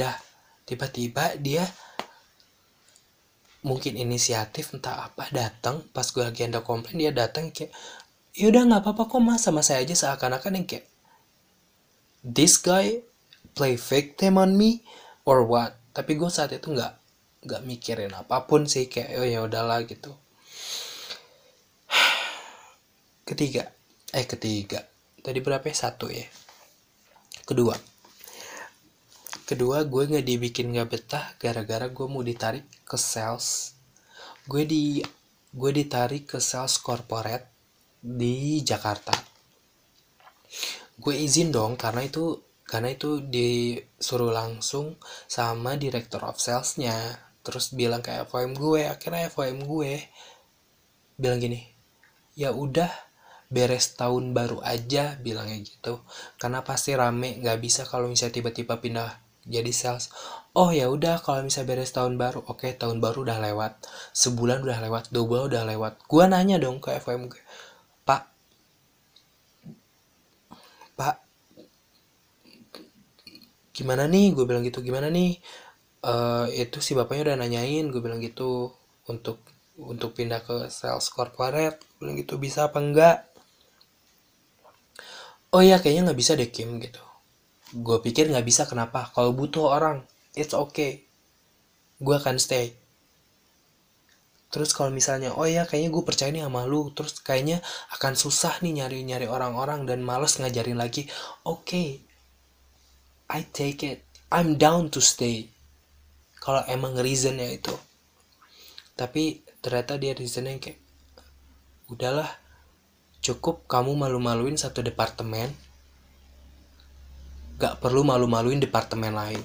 dia mungkin inisiatif entah apa, datang pas gue lagi ada komplain. Dia datang kayak, yaudah nggak apa-apa kok mas, sama saya aja. Seakan-akan yang kayak, this guy play victim on me or what. Tapi gue saat itu nggak mikirin apapun sih, kayak oh ya udahlah gitu. Ketiga tadi berapa ya? Satu ya. Kedua gue nggak dibikin nggak betah gara-gara gue mau ditarik ke sales. Gue ditarik ke sales corporate di Jakarta. Gue izin dong karena itu disuruh langsung sama director of salesnya. Terus bilang ke FOM gue. Akhirnya FOM gue bilang gini, ya udah beres tahun baru aja, bilangnya gitu, karena pasti rame, nggak bisa kalau misalnya tiba-tiba pindah jadi sales. Oh ya udah, kalau misalnya beres tahun baru. Oke, tahun baru udah lewat, sebulan udah lewat, 2 bulan udah lewat. Gua nanya dong ke FOM gue, pak gimana nih, gue bilang gitu, gimana nih, itu si bapaknya udah nanyain, gue bilang gitu, untuk pindah ke sales corporate, gue bilang gitu, bisa apa enggak. Oh iya, kayaknya nggak bisa deh Kim gitu. Gue pikir nggak bisa, kenapa? Kalau butuh orang, it's okay, gue akan stay. Terus kalau misalnya, oh ya kayaknya gue percaya nih sama lu, terus kayaknya akan susah nih nyari orang-orang dan males ngajarin lagi. Oke, I take it, I'm down to stay kalau emang reasonnya itu. Tapi ternyata dia reasonnya kayak, udahlah, cukup kamu malu-maluin satu departemen, gak perlu malu-maluin departemen lain.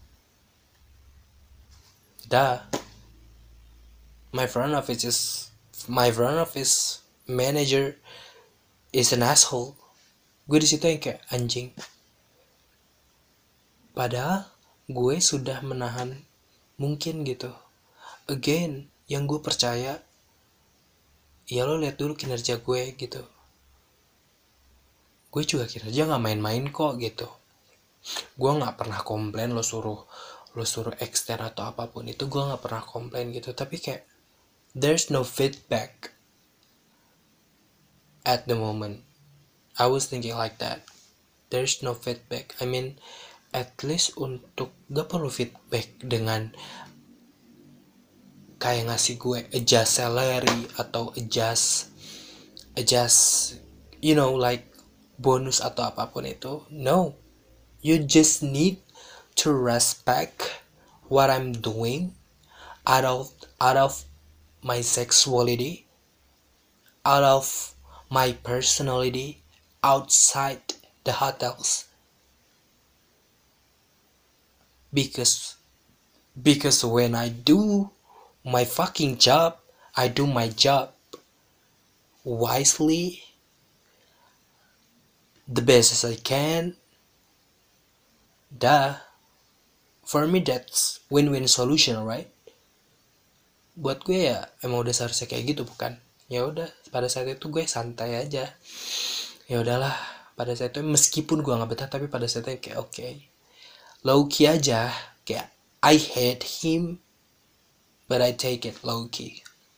Dah, my front office manager is an asshole. Gue di situ yang kayak anjing. Padahal gue sudah menahan mungkin gitu. Again, yang gue percaya, ya lo lihat dulu kinerja gue gitu. Gue juga kinerja gak main-main kok gitu. Gue gak pernah komplain lo suruh extend atau apapun itu, gue gak pernah komplain gitu. Tapi kayak there's no feedback at the moment. I was thinking like that. There's no feedback. I mean, at least untuk gak perlu feedback dengan kayak ngasih gue adjust salary atau adjust you know, like bonus atau apapun itu. No, you just need to respect what I'm doing out of my sexuality, out of my personality, outside the hotels. Because when I do my fucking job, I do my job wisely, the best as I can. Dah, for me that's win-win solution, right? Buat gue ya emang udah seharusnya kayak gitu, bukan? Ya udah, pada saat itu gue santai aja. Ya udahlah, pada saat itu meskipun gue nggak betah, tapi pada saat itu kayak okay, low key aja, kayak I hate him, but I take it low key.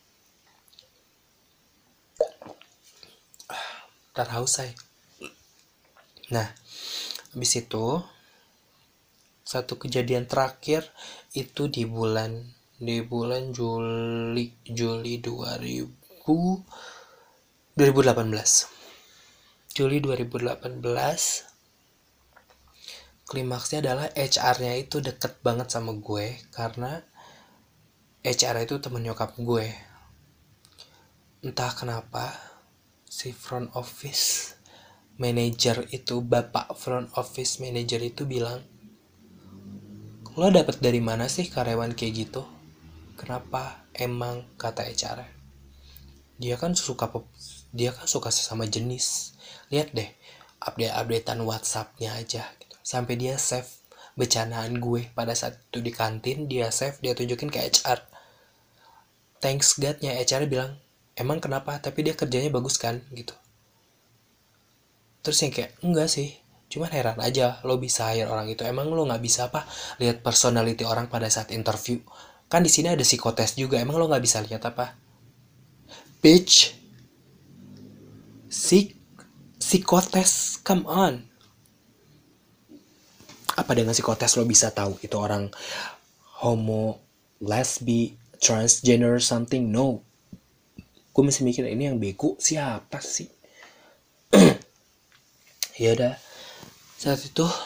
Ntar haus saya. Nah, habis itu satu kejadian terakhir itu di bulan Juli 2018. Juli 2018. Klimaksnya adalah HR-nya itu deket banget sama gue, karena HR itu temen nyokap gue. Entah kenapa si front office manager itu, bapak front office manager itu bilang, lo dapet dari mana sih karyawan kayak gitu? Kenapa? Emang kata HR, dia kan suka sesama jenis. Lihat deh updatean WhatsApp-nya aja gitu. Sampai dia save bercandaan gue pada saat itu di kantin, dia save, dia tunjukin ke HR. Thanks God-nya HR bilang, emang kenapa? Tapi dia kerjanya bagus kan gitu. Terus yang kayak, enggak sih, cuman heran aja lo bisa hire orang itu. Emang lo nggak bisa apa lihat personality orang pada saat interview? Kan di sini ada psikotes juga. Emang lo nggak bisa lihat apa? Bitch, psikotes, come on. Apa dengan psikotes lo bisa tahu itu orang homo, lesbi, transgender something? No. Gue masih mikir ini yang bego siapa sih? Ya udah, saat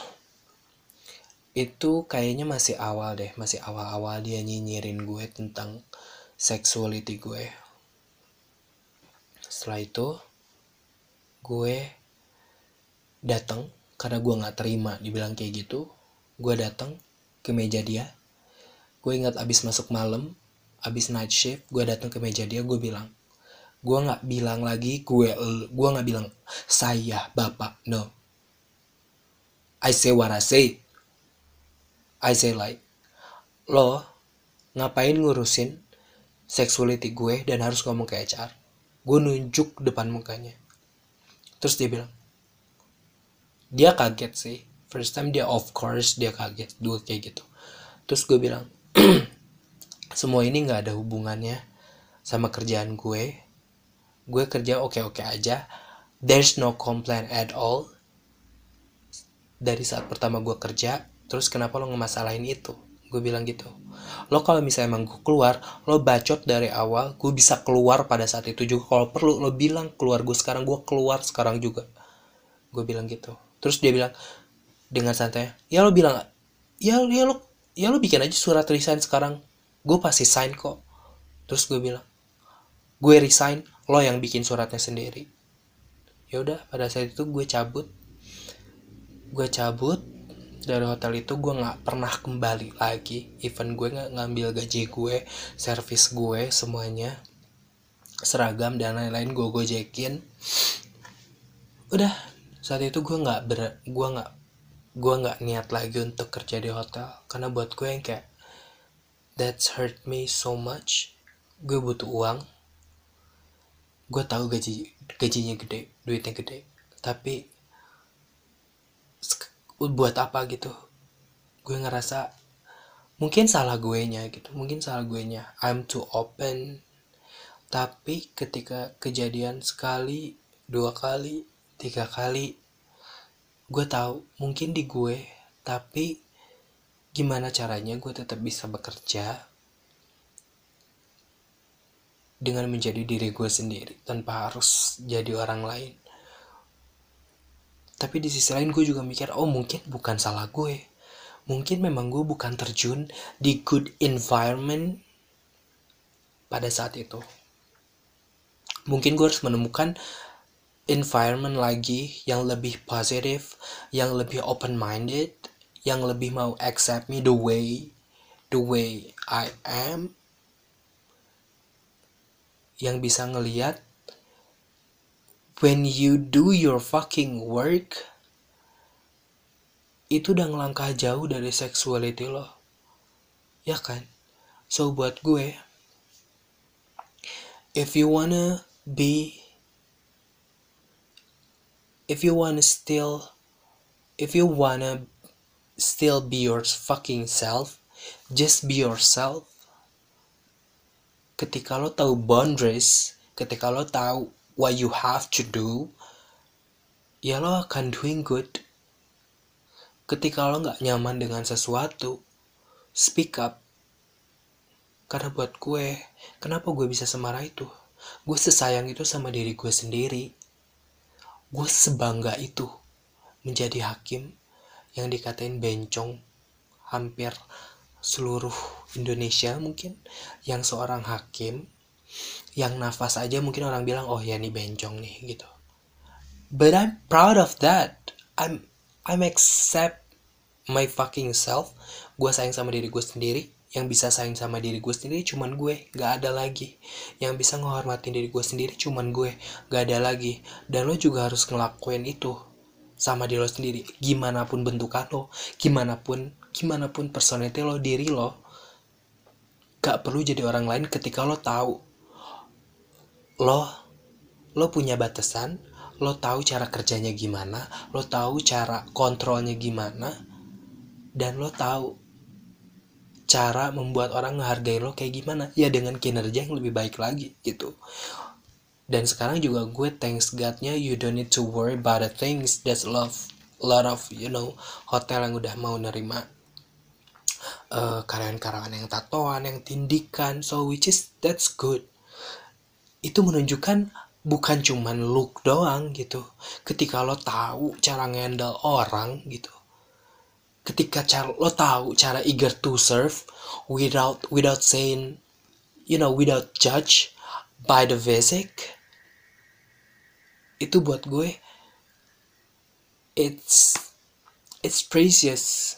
itu kayaknya masih awal dia nyinyirin gue tentang sexuality gue. Setelah itu gue datang karena gue nggak terima dibilang kayak gitu. Gue datang ke meja dia. Gue ingat abis masuk malam, abis night shift, gue datang ke meja dia. Gue bilang, gue nggak bilang lagi gue nggak bilang saya bapak, no. I say what I say. I say like, lo ngapain ngurusin sexuality gue dan harus ngomong ke HR? Gue nunjuk depan mukanya. Terus dia bilang, dia kaget sih. First time dia of course dia kaget dua kayak gitu. Terus gue bilang, semua ini nggak ada hubungannya sama kerjaan gue. Gue kerja oke-oke aja. There's no complaint at all. Dari saat pertama gue kerja, terus kenapa lo ngemasalahin itu? Gue bilang gitu. Lo kalau misalnya emang gue keluar, lo bacot dari awal, gue bisa keluar pada saat itu juga. Kalau perlu lo bilang keluar gue sekarang, gue keluar sekarang juga. Gue bilang gitu. Terus dia bilang, dengan santai, ya lo bilang, ya lo bikin aja surat resign sekarang, gue pasti sign kok. Terus gue bilang, gue resign, lo yang bikin suratnya sendiri. Ya udah, pada saat itu gue cabut dari hotel itu. Gue nggak pernah kembali lagi. Even gue nggak ngambil gaji gue, servis gue semuanya, seragam dan lain-lain gue gojekin. Udah, saat itu gue nggak niat lagi untuk kerja di hotel, karena buat gue yang kayak that's hurt me so much. Gue butuh uang. Gue tahu gajinya gede, duitnya gede, tapi buat apa gitu. Gue ngerasa mungkin salah gue nya gitu, I'm too open. Tapi ketika kejadian sekali, 2 kali, 3 kali, gue tahu mungkin di gue, tapi gimana caranya gue tetap bisa bekerja dengan menjadi diri gue sendiri tanpa harus jadi orang lain. Tapi di sisi lain gue juga mikir, oh mungkin bukan salah gue, mungkin memang gue bukan terjun di good environment pada saat itu. Mungkin gue harus menemukan environment lagi yang lebih positif, yang lebih open minded, yang lebih mau accept me the way I am, yang bisa ngelihat when you do your fucking work, itu udah ngelangkah jauh dari sexuality lo, ya kan? So buat gue, if you wanna still be your fucking self, just be yourself. Ketika lo tahu boundaries, ketika lo tahu what you have to do, ya lo akan doing good. Ketika lo gak nyaman dengan sesuatu, speak up. Karena buat gue, kenapa gue bisa semarah itu? Gue sesayang itu sama diri gue sendiri. Gue sebangga itu menjadi hakim yang dikatain bencong hampir seluruh Indonesia mungkin, yang seorang hakim yang nafas aja mungkin orang bilang, oh ya nih bencong nih gitu. But I'm proud of that. I'm accept my fucking self. Gue sayang sama diri gue sendiri. Yang bisa sayang sama diri gue sendiri cuman gue, gak ada lagi. Yang bisa ngehormatin diri gue sendiri cuman gue, gak ada lagi. Dan lo juga harus ngelakuin itu sama diri lo sendiri. Gimana pun bentukan lo, gimana pun personality lo, diri lo, gak perlu jadi orang lain ketika lo tahu lo punya batasan, lo tahu cara kerjanya gimana, lo tahu cara kontrolnya gimana, dan lo tahu cara membuat orang menghargai lo kayak gimana, ya dengan kinerja yang lebih baik lagi gitu. Dan sekarang juga gue thanks God-nya, you don't need to worry about the things. There's a lot of hotel yang udah mau nerima karyawan-karyawan yang tatoan, yang tindikan, so which is that's good. Itu menunjukkan bukan cuman look doang gitu. Ketika lo tahu cara ngendal orang gitu, ketika lo tahu cara eager to serve without saying, without judge by the basic, itu buat gue it's precious.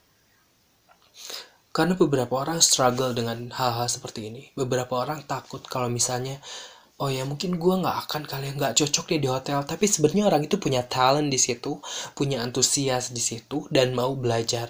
Karena beberapa orang struggle dengan hal-hal seperti ini. Beberapa orang takut kalau misalnya, oh ya mungkin gue nggak cocok nih di hotel. Tapi sebenarnya orang itu punya talent di situ, punya antusias di situ, dan mau belajar.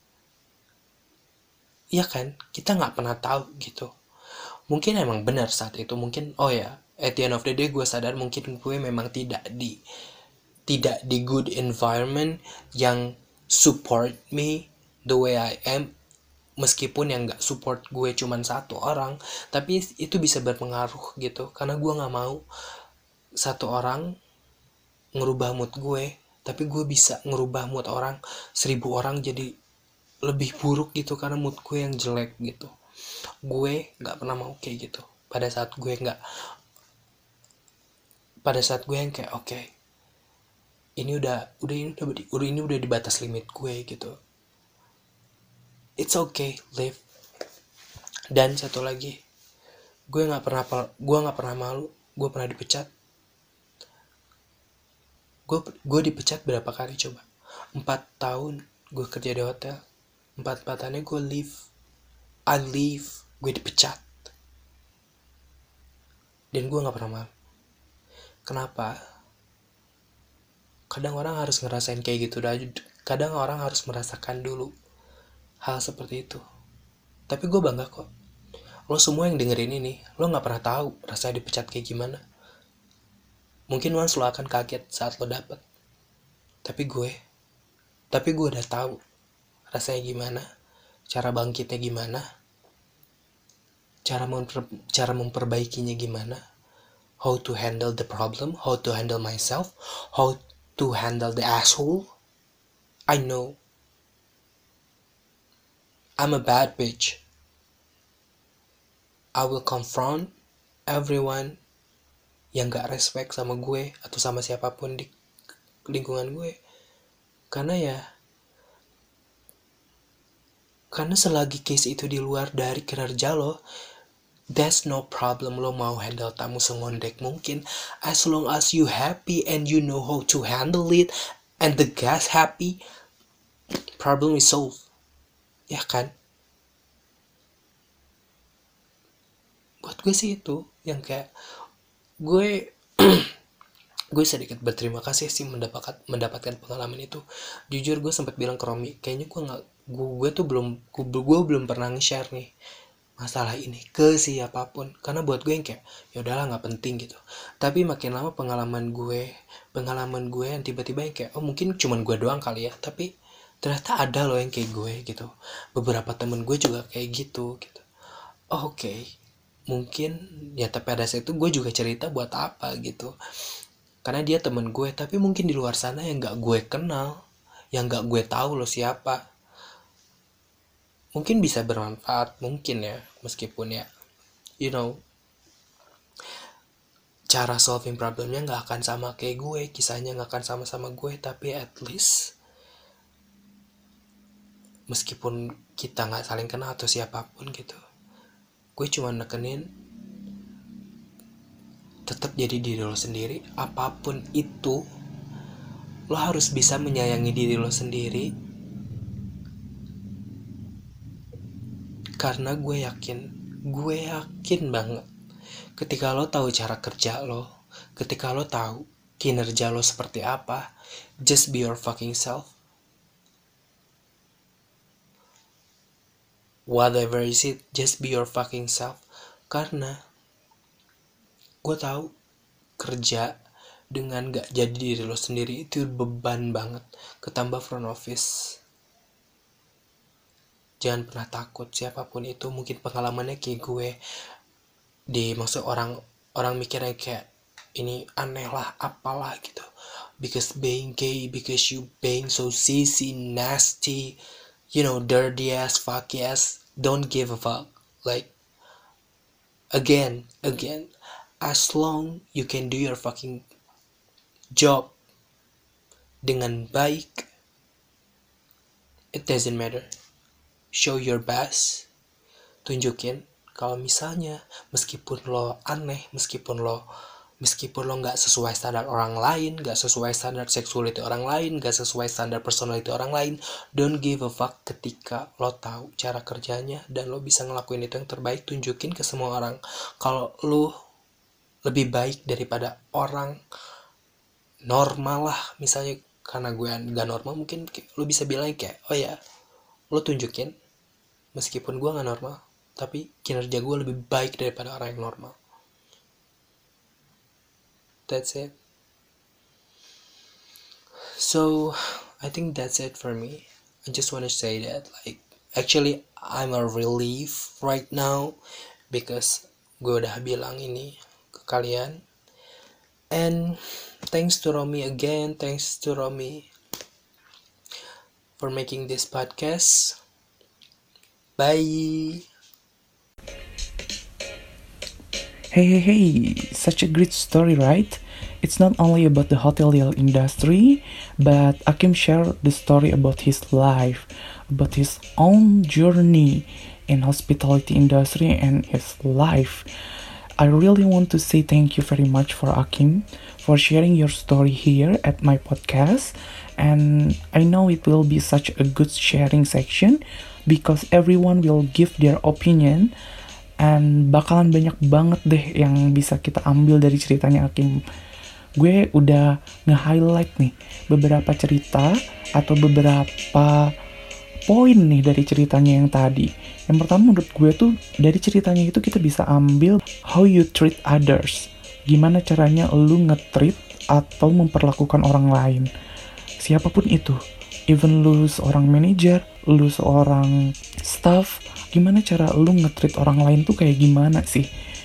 Iya kan? Kita nggak pernah tahu gitu. Mungkin emang benar saat itu. Mungkin, oh ya, at the end of the day gue sadar mungkin gue memang tidak di good environment yang support me the way I am. Meskipun yang gak support gue cuman satu orang, tapi itu bisa berpengaruh gitu. Karena gue gak mau satu orang ngerubah mood gue, tapi gue bisa ngerubah mood orang 1000 orang jadi lebih buruk gitu, karena mood gue yang jelek gitu. Gue gak pernah mau kayak gitu. Pada saat gue yang kayak oke, ini ini udah di batas limit gue gitu. It's okay, live. Dan satu lagi, gue nggak pernah malu. Gue pernah dipecat. Gue dipecat berapa kali coba? 4 tahun gue kerja di hotel. 4-4-annya gue leave. Gue dipecat. Dan gue gak pernah malu. Kenapa? Kadang orang harus ngerasain kayak gitu. Kadang orang harus merasakan dulu hal seperti itu. Tapi gue bangga kok. Lo semua yang dengerin ini, lo gak pernah tahu rasanya dipecat kayak gimana. Mungkin once lo akan kaget saat lo dapet. Tapi gue udah tahu rasanya gimana, cara bangkitnya gimana, cara memperbaikinya gimana, how to handle the problem, how to handle myself, how to handle the asshole. I know I'm a bad bitch. I will confront everyone yang gak respect sama gue atau sama siapapun di lingkungan gue. Karena selagi case itu di luar dari kinerja lo, there's no problem lo mau handle tamu sengondek mungkin. As long as you happy and you know how to handle it and the guest happy, problem is solved. Ya kan? Buat gue sih itu yang kayak gue sedikit berterima kasih sih mendapatkan pengalaman itu. Jujur gue sempat bilang ke Romi, kayaknya gue belum pernah nge-share nih masalah ini ke siapapun, karena buat gue yang kayak ya udahlah nggak penting gitu. Tapi makin lama pengalaman gue yang tiba-tiba yang kayak mungkin cuman gue doang kali ya, tapi ternyata ada loh yang kayak gue gitu. Beberapa temen gue juga kayak gitu. Oke. Mungkin ya, tapi pada saat itu gue juga cerita buat apa gitu, karena dia temen gue, tapi mungkin di luar sana yang gak gue kenal, yang gak gue tahu lo siapa, mungkin bisa bermanfaat, mungkin ya, meskipun ya, cara solving problemnya gak akan sama kayak gue, kisahnya gak akan sama-sama gue, tapi at least, meskipun kita gak saling kenal atau siapapun gitu, gue cuma nekenin tetap jadi diri lo sendiri. Apapun itu, lo harus bisa menyayangi diri lo sendiri. Karena gue yakin banget, ketika lo tahu cara kerja lo, ketika lo tahu kinerja lo seperti apa, just be your fucking self. Whatever is it, just be your fucking self. Karena gue tahu kerja dengan gak jadi diri lo sendiri itu beban banget. Ketambah front office. Jangan pernah takut, siapapun itu. Mungkin pengalamannya kayak gue. Maksud orang mikirnya kayak ini aneh lah, apalah gitu. Because being gay, because you being so sissy, nasty, dirty ass, fucky ass, don't give a fuck. Like, again, as long you can do your fucking job dengan baik, it doesn't matter. Show your best. Tunjukin kalau misalnya meskipun lo aneh, meskipun lo gak sesuai standar orang lain, gak sesuai standar sexuality orang lain, gak sesuai standar personality orang lain, don't give a fuck ketika lo tahu cara kerjanya dan lo bisa ngelakuin itu yang terbaik. Tunjukin ke semua orang kalau lo lebih baik daripada orang normal lah. Misalnya karena gue gak normal, mungkin lo bisa bilang kayak oh ya, lo tunjukin meskipun gue gak normal, tapi kinerja gue lebih baik daripada orang yang normal. That's it. So I think that's it for me. I just want to say that actually I'm a relief right now because gue udah bilang ini ke kalian. And thanks to Romi again. Thanks to Romi for making this podcast. Bye. Hey, such a great story, right? It's not only about the hotelier industry, but Akim shared the story about his life, about his own journey in hospitality industry and his life. I really want to say thank you very much for Akim for sharing your story here at my podcast, and I know it will be such a good sharing section because everyone will give their opinion, and bakalan banyak banget deh yang bisa kita ambil dari ceritanya Akim. Gue udah nge-highlight nih beberapa cerita atau beberapa poin nih dari ceritanya yang tadi. Yang pertama menurut gue tuh dari ceritanya itu kita bisa ambil how you treat others. Gimana caranya lu nge-treat atau memperlakukan orang lain. Siapapun itu. Even lu seorang manajer, lu seorang staff, gimana cara lu nge-treat orang lain tuh kayak gimana sih?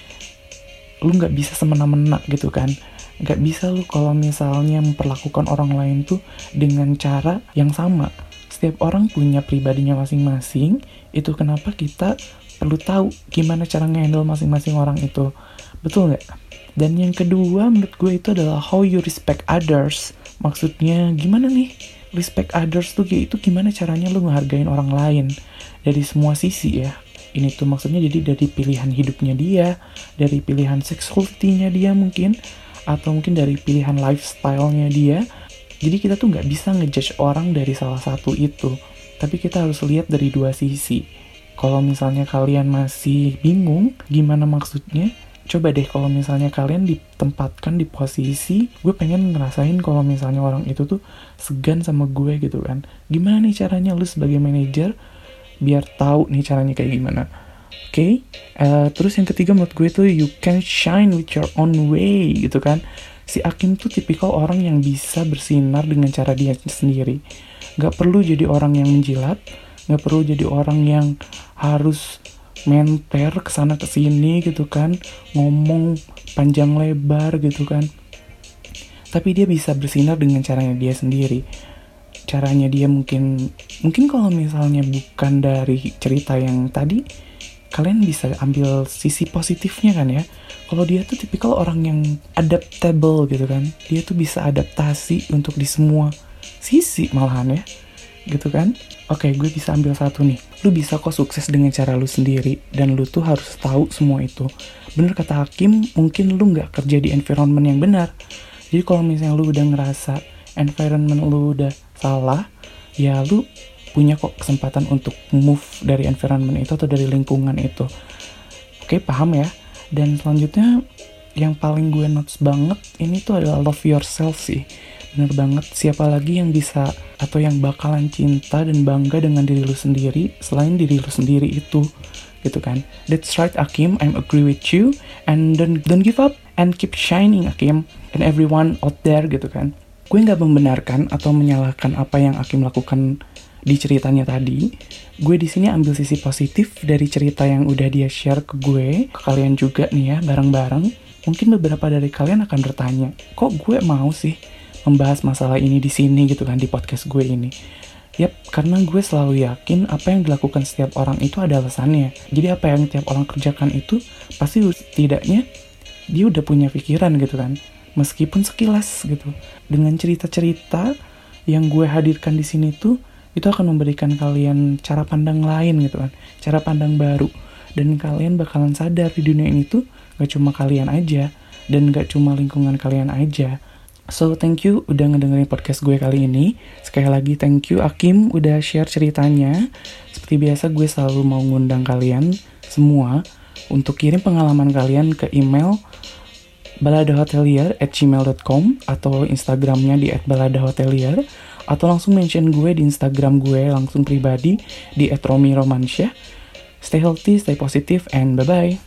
Lu gak bisa semena-mena gitu kan. Gak bisa lu kalau misalnya memperlakukan orang lain tuh dengan cara yang sama. Setiap orang punya pribadinya masing-masing. Itu kenapa kita perlu tahu gimana cara nge-handle masing-masing orang itu. Betul gak? Dan yang kedua menurut gue itu adalah how you respect others. Maksudnya gimana nih? Respect others tuh itu gimana caranya lu ngehargain orang lain. Dari semua sisi ya. Ini tuh maksudnya jadi dari pilihan hidupnya dia, dari pilihan sexuality-nya dia mungkin, atau mungkin dari pilihan lifestyle-nya dia. Jadi kita tuh gak bisa ngejudge orang dari salah satu itu, tapi kita harus lihat dari dua sisi. Kalau misalnya kalian masih bingung gimana maksudnya, coba deh kalau misalnya kalian ditempatkan di posisi gue pengen ngerasain kalau misalnya orang itu tuh segan sama gue gitu kan. Gimana nih caranya lu sebagai manajer biar tahu nih caranya kayak gimana. Oke, terus yang ketiga menurut gue tuh you can shine with your own way gitu kan. Si Akim tuh tipikal orang yang bisa bersinar dengan cara dia sendiri. Gak perlu jadi orang yang menjilat, gak perlu jadi orang yang harus menter kesana kesini gitu kan, ngomong panjang lebar gitu kan. Tapi dia bisa bersinar dengan caranya dia sendiri. Caranya dia mungkin kalau misalnya bukan dari cerita yang tadi, kalian bisa ambil sisi positifnya kan ya. Kalau dia tuh tipikal orang yang adaptable gitu kan. Dia tuh bisa adaptasi untuk di semua sisi malahan ya. Gitu kan. Oke, gue bisa ambil satu nih. Lu bisa kok sukses dengan cara lu sendiri. Dan lu tuh harus tahu semua itu. Bener kata Hakim, mungkin lu gak kerja di environment yang benar. Jadi kalau misalnya lu udah ngerasa environment lu udah salah, ya lu punya kok kesempatan untuk move dari environment itu atau dari lingkungan itu. Oke, paham ya? Dan selanjutnya yang paling gue notes banget ini tuh adalah love yourself sih. Bener banget, siapa lagi yang bisa atau yang bakalan cinta dan bangga dengan diri lu sendiri selain diri lu sendiri itu, gitu kan. That's right Akim, I'm agree with you, and don't give up and keep shining Akim and everyone out there gitu kan. Gue gak membenarkan atau menyalahkan apa yang Akim lakukan di ceritanya tadi. Gue di sini ambil sisi positif dari cerita yang udah dia share ke gue, ke kalian juga nih ya, bareng-bareng. Mungkin beberapa dari kalian akan bertanya, kok gue mau sih membahas masalah ini di sini gitu kan, di podcast gue ini. Yap, karena gue selalu yakin apa yang dilakukan setiap orang itu ada alasannya. Jadi apa yang tiap orang kerjakan itu pasti setidaknya dia udah punya pikiran gitu kan. Meskipun sekilas gitu. Dengan cerita-cerita yang gue hadirkan di sini tuh, itu akan memberikan kalian cara pandang lain gitu kan. Cara pandang baru. Dan kalian bakalan sadar di dunia ini tuh gak cuma kalian aja. Dan gak cuma lingkungan kalian aja. So thank you udah ngedengerin podcast gue kali ini. Sekali lagi thank you Akim udah share ceritanya. Seperti biasa gue selalu mau ngundang kalian semua untuk kirim pengalaman kalian ke email baladahotelier@gmail.com atau Instagramnya di @baladahotelier, atau langsung mention gue di Instagram gue langsung pribadi di @romiromansyah. Stay healthy, stay positive, and bye-bye.